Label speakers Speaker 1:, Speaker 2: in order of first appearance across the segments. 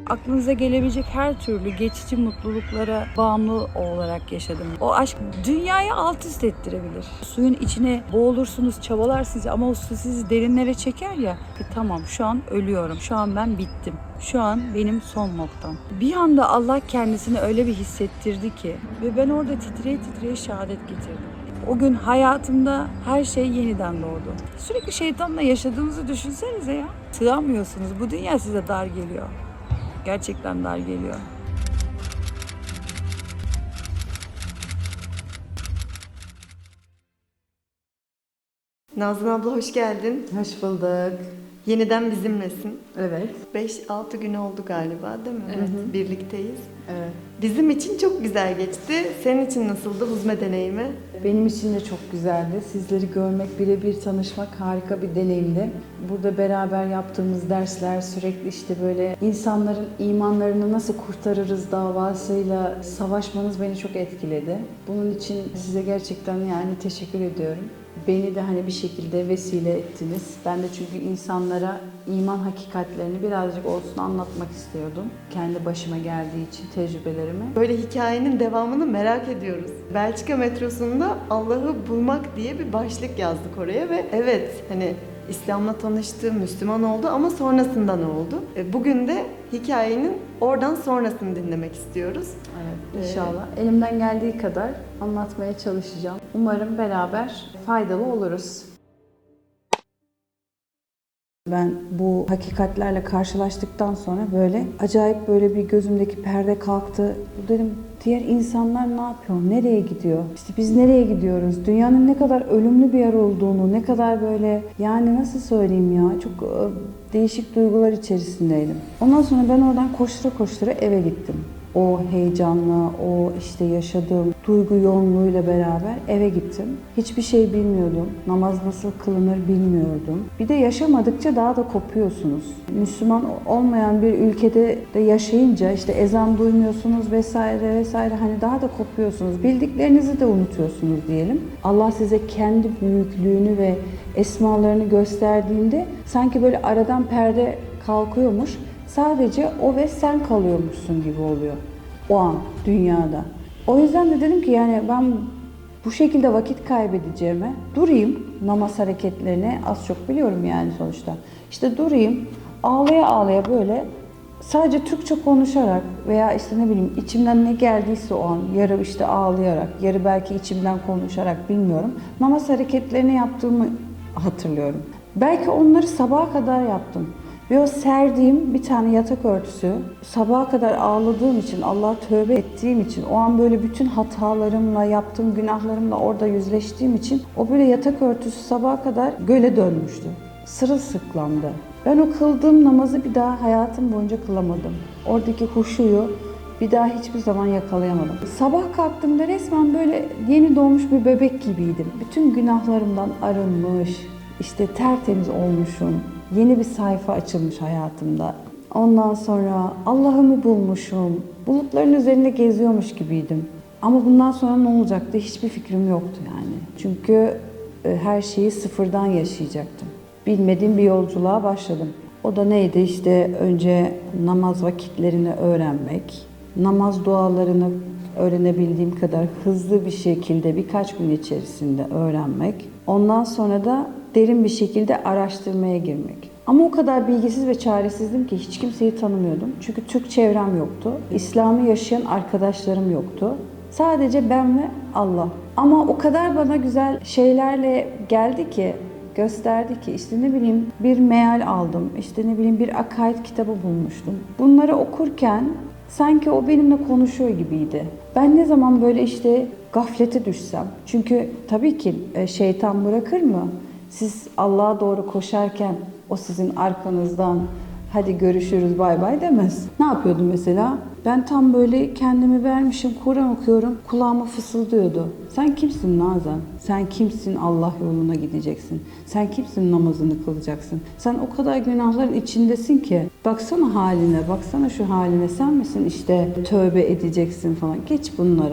Speaker 1: aklınıza gelebilecek her türlü geçici mutluluklara bağımlı olarak yaşadım. O aşk dünyayı alt üst ettirebilir. Suyun içine boğulursunuz, çabalarsınız ama o su sizi derinlere çeker ya. Tamam, şu an ölüyorum, şu an ben bittim. Şu an benim son noktam. Bir anda Allah kendisini öyle bir hissettirdi ki ve ben orada titreye titreye şehadet getirdim. O gün hayatımda her şey yeniden doğdu. Sürekli şeytanla yaşadığınızı düşünsenize ya. Sığamıyorsunuz. Bu dünya size dar geliyor. Gerçekten dar geliyor.
Speaker 2: Nazlı abla hoş geldin.
Speaker 3: Hoş bulduk.
Speaker 2: Yeniden bizimlesin.
Speaker 3: Evet.
Speaker 2: 5-6 gün oldu galiba değil mi? Evet, birlikteyiz.
Speaker 3: Evet.
Speaker 2: Bizim için çok güzel geçti. Senin için nasıldı huzme deneyimi?
Speaker 3: Benim için de çok güzeldi. Sizleri görmek, birebir tanışmak harika bir deneyimdi. Burada beraber yaptığımız dersler, sürekli işte böyle insanların imanlarını nasıl kurtarırız davasıyla savaşmanız beni çok etkiledi. Bunun için size gerçekten yani teşekkür ediyorum. Beni de hani bir şekilde vesile ettiniz. Ben de çünkü insanlara iman hakikatlerini birazcık olsun anlatmak istiyordum. Kendi başıma geldiği için tecrübelerimi.
Speaker 2: Böyle hikayenin devamını merak ediyoruz. Belçika metrosunda Allah'ı bulmak diye bir başlık yazdık oraya ve evet hani İslam'la tanıştı, Müslüman oldu ama sonrasında ne oldu? Bugün de hikayenin oradan sonrasını dinlemek istiyoruz.
Speaker 3: Evet, inşallah. Elimden geldiği kadar anlatmaya çalışacağım. Umarım beraber faydalı oluruz. Ben bu hakikatlerle karşılaştıktan sonra böyle acayip böyle bir gözümdeki perde kalktı. Dedim diğer insanlar ne yapıyor? Nereye gidiyor? İşte biz nereye gidiyoruz? Dünyanın ne kadar ölümlü bir yer olduğunu, ne kadar böyle yani nasıl söyleyeyim ya çok değişik duygular içerisindeydim. Ondan sonra ben oradan koştura koştura eve gittim. O heyecanla, o işte yaşadığım duygu yoğunluğuyla beraber eve gittim. Hiçbir şey bilmiyordum. Namaz nasıl kılınır bilmiyordum. Bir de yaşamadıkça daha da kopuyorsunuz. Müslüman olmayan bir ülkede de yaşayınca işte ezan duymuyorsunuz vesaire vesaire hani daha da kopuyorsunuz. Bildiklerinizi de unutuyorsunuz diyelim. Allah size kendi büyüklüğünü ve esmalarını gösterdiğinde sanki böyle aradan perde kalkıyormuş. Sadece o ve sen kalıyormuşsun gibi oluyor o an dünyada. O yüzden de dedim ki yani ben bu şekilde vakit kaybedeceğime durayım namaz hareketlerini az çok biliyorum yani sonuçta. İşte durayım ağlaya ağlaya böyle sadece Türkçe konuşarak veya işte ne bileyim içimden ne geldiyse o an yarı işte ağlayarak yarı belki içimden konuşarak bilmiyorum. Namaz hareketlerini yaptığımı hatırlıyorum. Belki onları sabaha kadar yaptım. Ve o serdiğim bir tane yatak örtüsü, sabaha kadar ağladığım için, Allah'a tövbe ettiğim için, o an böyle bütün hatalarımla, yaptığım günahlarımla orada yüzleştiğim için o böyle yatak örtüsü sabaha kadar göle dönmüştü. Sırılsıklamdı. Ben o kıldığım namazı bir daha hayatım boyunca kılamadım. Oradaki huşuyu bir daha hiçbir zaman yakalayamadım. Sabah kalktığımda resmen böyle yeni doğmuş bir bebek gibiydim. Bütün günahlarımdan arınmış, işte tertemiz olmuşum. Yeni bir sayfa açılmış hayatımda. Ondan sonra Allah'ımı bulmuşum. Bulutların üzerinde geziyormuş gibiydim. Ama bundan sonra ne olacaktı hiçbir fikrim yoktu yani. Çünkü her şeyi sıfırdan yaşayacaktım. Bilmediğim bir yolculuğa başladım. O da neydi işte önce namaz vakitlerini öğrenmek, namaz dualarını öğrenebildiğim kadar hızlı bir şekilde birkaç gün içerisinde öğrenmek. Ondan sonra da derin bir şekilde araştırmaya girmek. Ama o kadar bilgisiz ve çaresizdim ki hiç kimseyi tanımıyordum. Çünkü Türk çevrem yoktu. İslam'ı yaşayan arkadaşlarım yoktu. Sadece ben ve Allah. Ama o kadar bana güzel şeylerle geldi ki, gösterdi ki işte ne bileyim bir meal aldım. İşte ne bileyim bir akaid kitabı bulmuştum. Bunları okurken sanki o benimle konuşuyor gibiydi. Ben ne zaman böyle işte gaflete düşsem, çünkü tabii ki şeytan bırakır mı? Siz Allah'a doğru koşarken o sizin arkanızdan hadi görüşürüz bay bay demez. Ne yapıyordum mesela? Ben tam böyle kendimi vermişim, Kur'an okuyorum, kulağıma fısıldıyordu. Sen kimsin Nazan? Sen kimsin Allah yoluna gideceksin? Sen kimsin namazını kılacaksın? Sen o kadar günahların içindesin ki. Baksana haline, baksana şu haline. Sen misin işte tövbe edeceksin falan. Geç bunlara. Tam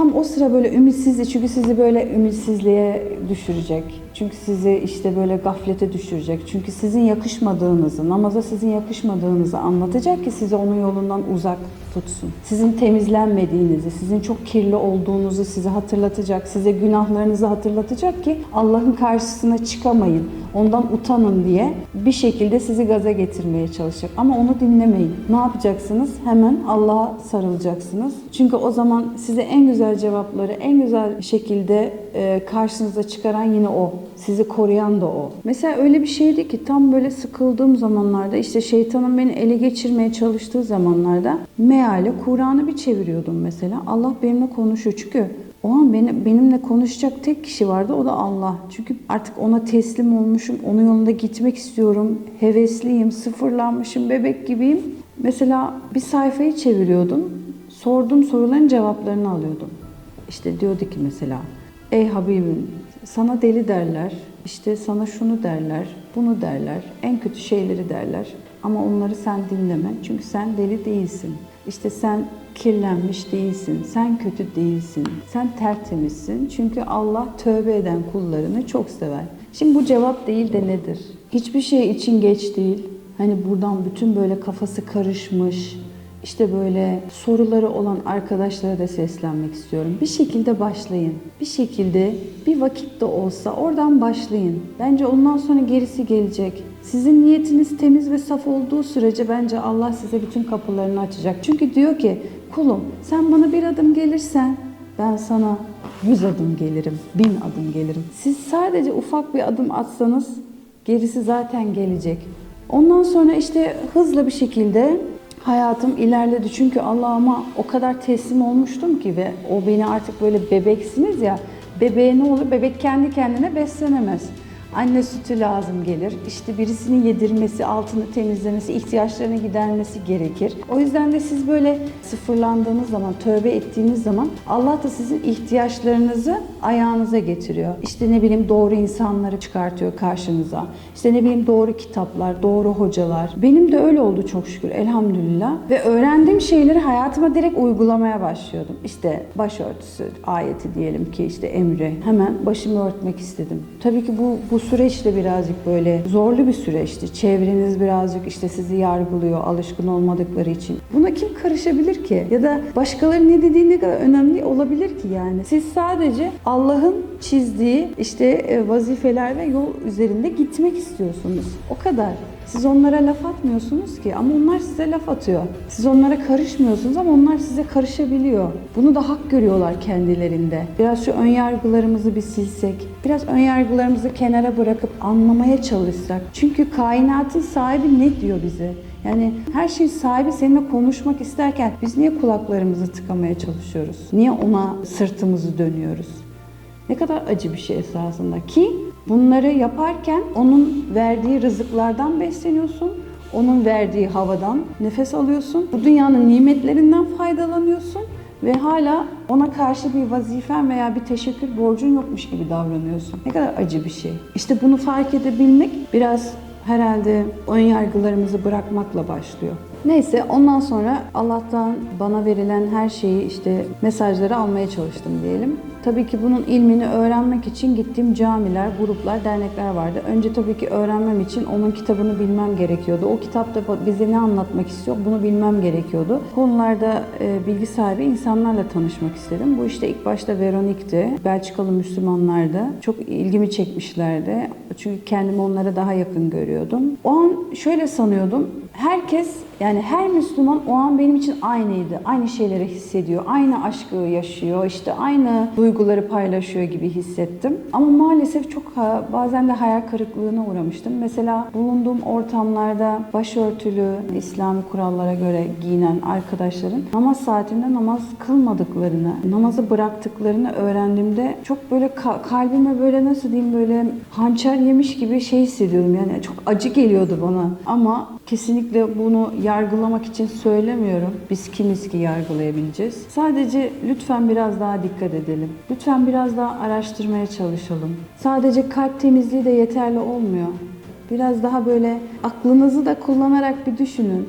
Speaker 3: tam o sıra böyle ümitsizlik, çünkü sizi böyle ümitsizliğe düşürecek. Çünkü sizi işte böyle gaflete düşürecek. Çünkü sizin yakışmadığınızı, namaza sizin yakışmadığınızı anlatacak ki sizi onun yolundan uzak tutsun. Sizin temizlenmediğinizi, sizin çok kirli olduğunuzu size hatırlatacak, size günahlarınızı hatırlatacak ki Allah'ın karşısına çıkamayın, ondan utanın diye bir şekilde sizi gaza getirmeye çalışacak. Ama onu dinlemeyin. Ne yapacaksınız? Hemen Allah'a sarılacaksınız. Çünkü o zaman size en güzel cevapları en güzel şekilde karşınıza çıkaran yine o. Sizi koruyan da o. Mesela öyle bir şeydi ki tam böyle sıkıldığım zamanlarda, işte şeytanın beni ele geçirmeye çalıştığı zamanlarda meale Kur'an'ı bir çeviriyordum mesela. Allah benimle konuşuyor. Çünkü o an benimle konuşacak tek kişi vardı, o da Allah. Çünkü artık ona teslim olmuşum, onun yolunda gitmek istiyorum, hevesliyim, sıfırlanmışım, bebek gibiyim. Mesela bir sayfayı çeviriyordum, sorduğum soruların cevaplarını alıyordum. İşte diyordu ki mesela, ey Habibim, sana deli derler, işte sana şunu derler, bunu derler, en kötü şeyleri derler. Ama onları sen dinleme, çünkü sen deli değilsin. İşte sen kirlenmiş değilsin, sen kötü değilsin, sen tertemizsin. Çünkü Allah tövbe eden kullarını çok sever. Şimdi bu cevap değil de nedir? Hiçbir şey için geç değil. Hani buradan bütün böyle kafası karışmış, İşte böyle soruları olan arkadaşlara da seslenmek istiyorum. Bir şekilde başlayın. Bir şekilde bir vakit de olsa oradan başlayın. Bence ondan sonra gerisi gelecek. Sizin niyetiniz temiz ve saf olduğu sürece bence Allah size bütün kapılarını açacak. Çünkü diyor ki, kulum sen bana bir adım gelirsen ben sana 100 adım gelirim, 1000 adım gelirim. Siz sadece ufak bir adım atsanız gerisi zaten gelecek. Ondan sonra işte hızlı bir şekilde hayatım ilerledi. Çünkü Allah'ıma o kadar teslim olmuştum ki ve o beni artık böyle, bebeksiniz ya, bebeğe ne olur? Bebek kendi kendine beslenemez. Anne sütü lazım gelir. İşte birisinin yedirmesi, altını temizlemesi, ihtiyaçlarını gidermesi gerekir. O yüzden de siz böyle sıfırlandığınız zaman, tövbe ettiğiniz zaman Allah da sizin ihtiyaçlarınızı ayağınıza getiriyor. İşte ne bileyim doğru insanları çıkartıyor karşınıza. İşte ne bileyim doğru kitaplar, doğru hocalar. Benim de öyle oldu çok şükür, elhamdülillah. Ve öğrendiğim şeyleri hayatıma direkt uygulamaya başlıyordum. İşte başörtüsü ayeti diyelim ki, işte emri. Hemen başımı örtmek istedim. Tabii ki bu süreç de birazcık böyle zorlu bir süreçti. Çevreniz birazcık işte sizi yargılıyor, alışkın olmadıkları için. Buna kim karışabilir ki? Ya da başkaları ne dediği ne kadar önemli olabilir ki yani? Siz sadece Allah'ın çizdiği işte vazifeler ve yol üzerinde gitmek istiyorsunuz. O kadar. Siz onlara laf atmıyorsunuz ki, ama onlar size laf atıyor. Siz onlara karışmıyorsunuz ama onlar size karışabiliyor. Bunu da hak görüyorlar kendilerinde. Biraz şu önyargılarımızı bir silsek, biraz önyargılarımızı kenara bırakıp anlamaya çalışsak. Çünkü kainatın sahibi ne diyor bize? Yani her şeyin sahibi seninle konuşmak isterken biz niye kulaklarımızı tıkamaya çalışıyoruz? Niye ona sırtımızı dönüyoruz? Ne kadar acı bir şey esasında ki bunları yaparken onun verdiği rızıklardan besleniyorsun, onun verdiği havadan nefes alıyorsun, bu dünyanın nimetlerinden faydalanıyorsun ve hala ona karşı bir vazifen veya bir teşekkür borcun yokmuş gibi davranıyorsun. Ne kadar acı bir şey. İşte bunu fark edebilmek biraz herhalde ön yargılarımızı bırakmakla başlıyor. Neyse, ondan sonra Allah'tan bana verilen her şeyi, işte mesajları almaya çalıştım diyelim. Tabii ki bunun ilmini öğrenmek için gittiğim camiler, gruplar, dernekler vardı. Önce tabii ki öğrenmem için onun kitabını bilmem gerekiyordu. O kitapta bize ne anlatmak istiyor bunu bilmem gerekiyordu. Konularda bilgi sahibi insanlarla tanışmak istedim. Bu işte ilk başta Veronik'ti. Belçikalı Müslümanlardı. Çok ilgimi çekmişlerdi. Çünkü kendimi onlara daha yakın görüyordum. O an şöyle sanıyordum. Herkes, yani her Müslüman o an benim için aynıydı. Aynı şeyleri hissediyor. Aynı aşkı yaşıyor. İşte aynı duyguları paylaşıyor gibi hissettim. Ama maalesef çok bazen de hayal kırıklığına uğramıştım. Mesela bulunduğum ortamlarda başörtülü, İslami kurallara göre giyinen arkadaşların namaz saatinde namaz kılmadıklarını, namazı bıraktıklarını öğrendiğimde çok böyle kalbime böyle, nasıl diyeyim, böyle hançer yemiş gibi şey hissediyordum. Yani çok acı geliyordu bana. Ama kesinlikle bunu yargılamak için söylemiyorum. Biz kimiz ki yargılayabileceğiz? Sadece lütfen biraz daha dikkat edelim. Lütfen biraz daha araştırmaya çalışalım. Sadece kalp temizliği de yeterli olmuyor. Biraz daha böyle aklınızı da kullanarak bir düşünün.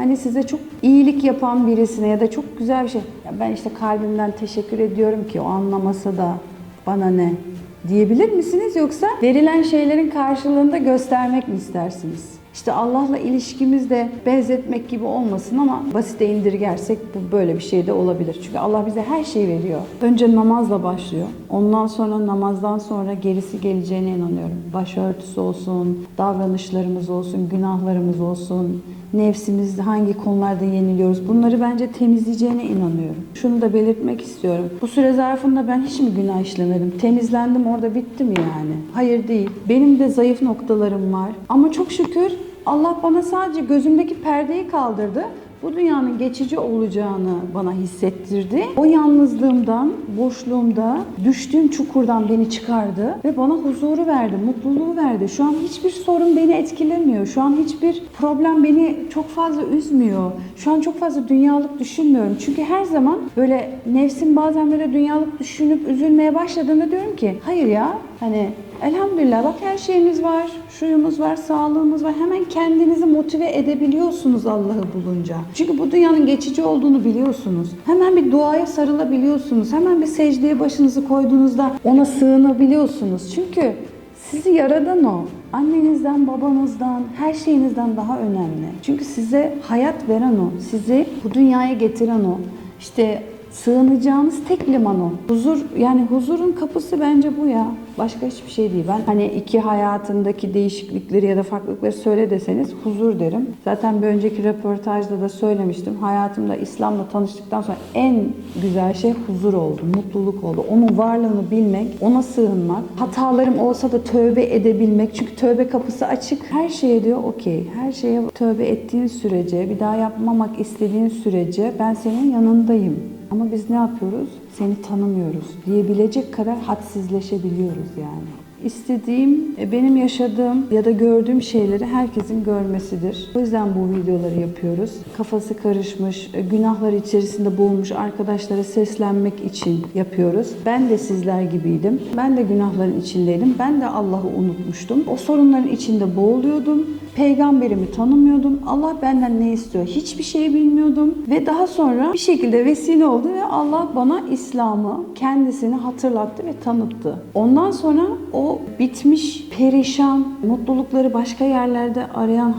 Speaker 3: Hani size çok iyilik yapan birisine ya da çok güzel bir şey. Ya ben işte kalbimden teşekkür ediyorum ki o anlamasa da bana ne diyebilir misiniz? Yoksa verilen şeylerin karşılığında göstermek mi istersiniz? İşte Allah'la ilişkimiz de benzetmek gibi olmasın ama basite indirgersek bu böyle bir şey de olabilir. Çünkü Allah bize her şeyi veriyor. Önce namazla başlıyor. Ondan sonra namazdan sonra gerisi geleceğine inanıyorum. Başörtüsü olsun, davranışlarımız olsun, günahlarımız olsun, nefsimiz hangi konularda yeniliyoruz bunları bence temizleyeceğine inanıyorum. Şunu da belirtmek istiyorum. Bu süre zarfında ben hiç mi günah işlemedim? Temizlendim orada bitti mi yani? Hayır değil. Benim de zayıf noktalarım var. Ama çok şükür Allah bana sadece gözümdeki perdeyi kaldırdı. Bu dünyanın geçici olacağını bana hissettirdi. O yalnızlığımdan, boşluğumda, düştüğüm çukurdan beni çıkardı ve bana huzuru verdi, mutluluğu verdi. Şu an hiçbir sorun beni etkilemiyor. Şu an hiçbir problem beni çok fazla üzmüyor. Şu an çok fazla dünyalık düşünmüyorum. Çünkü her zaman böyle nefsim bazen böyle dünyalık düşünüp üzülmeye başladığında diyorum ki hayır ya hani elhamdülillah bak her şeyimiz var, şuyumuz var, sağlığımız var. Hemen kendinizi motive edebiliyorsunuz Allah'ı bulunca. Çünkü bu dünyanın geçici olduğunu biliyorsunuz. Hemen bir duaya sarılabiliyorsunuz. Hemen bir secdeye başınızı koyduğunuzda ona sığınabiliyorsunuz. Çünkü sizi yaradan o. Annenizden, babanızdan, her şeyinizden daha önemli. Çünkü size hayat veren o. Sizi bu dünyaya getiren o. İşte sığınacağınız tek liman o. Huzur, yani huzurun kapısı bence bu ya. Başka hiçbir şey değil. Ben hani iki hayatındaki değişiklikleri ya da farklılıkları söyle deseniz huzur derim. Zaten bir önceki röportajda da söylemiştim. Hayatımda İslam'la tanıştıktan sonra en güzel şey huzur oldu, mutluluk oldu. Onun varlığını bilmek, ona sığınmak, hatalarım olsa da tövbe edebilmek. Çünkü tövbe kapısı açık. Her şeye diyor okey. Her şeye tövbe ettiğin sürece, bir daha yapmamak istediğin sürece ben senin yanındayım. Ama biz ne yapıyoruz? Seni tanımıyoruz diyebilecek kadar hadsizleşebiliyoruz yani. İstediğim, benim yaşadığım ya da gördüğüm şeyleri herkesin görmesidir. O yüzden bu videoları yapıyoruz. Kafası karışmış, günahlar içerisinde boğulmuş arkadaşlara seslenmek için yapıyoruz. Ben de sizler gibiydim. Ben de günahların içindeydim. Ben de Allah'ı unutmuştum. O sorunların içinde boğuluyordum. Peygamberimi tanımıyordum. Allah benden ne istiyor? Hiçbir şey bilmiyordum. Ve daha sonra bir şekilde vesile oldu ve Allah bana İslam'ı, kendisini hatırlattı ve tanıttı. Ondan sonra o bitmiş, perişan, mutlulukları başka yerlerde arayan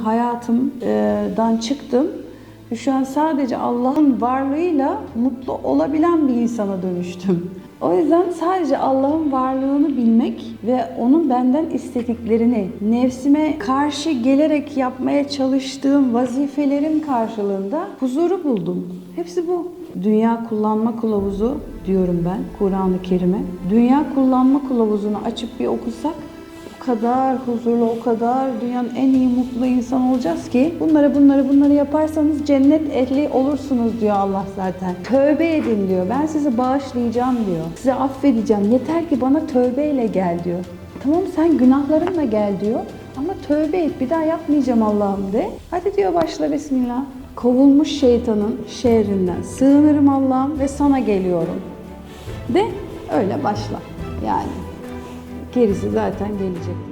Speaker 3: hayatımdan çıktım. Ve şu an sadece Allah'ın varlığıyla mutlu olabilen bir insana dönüştüm. O yüzden sadece Allah'ın varlığını bilmek ve onun benden istediklerini nefsime karşı gelerek yapmaya çalıştığım vazifelerim karşılığında huzuru buldum. Hepsi bu. Dünya kullanma kılavuzu diyorum ben Kur'an-ı Kerim'e. Dünya kullanma kılavuzunu açıp bir okusak o kadar huzurlu, o kadar dünyanın en iyi mutlu insan olacağız ki bunları yaparsanız cennet ehli olursunuz diyor Allah zaten. Tövbe edin diyor. Ben sizi bağışlayacağım diyor. Size affedeceğim. Yeter ki bana tövbeyle gel diyor. Tamam sen günahlarınla gel diyor. Ama tövbe et. Bir daha yapmayacağım Allah'ım de. Hadi diyor başla bismillah. Kovulmuş şeytanın şerrinden sığınırım Allah'ım ve sana geliyorum. De öyle başla. Yani gerisi zaten gelecek.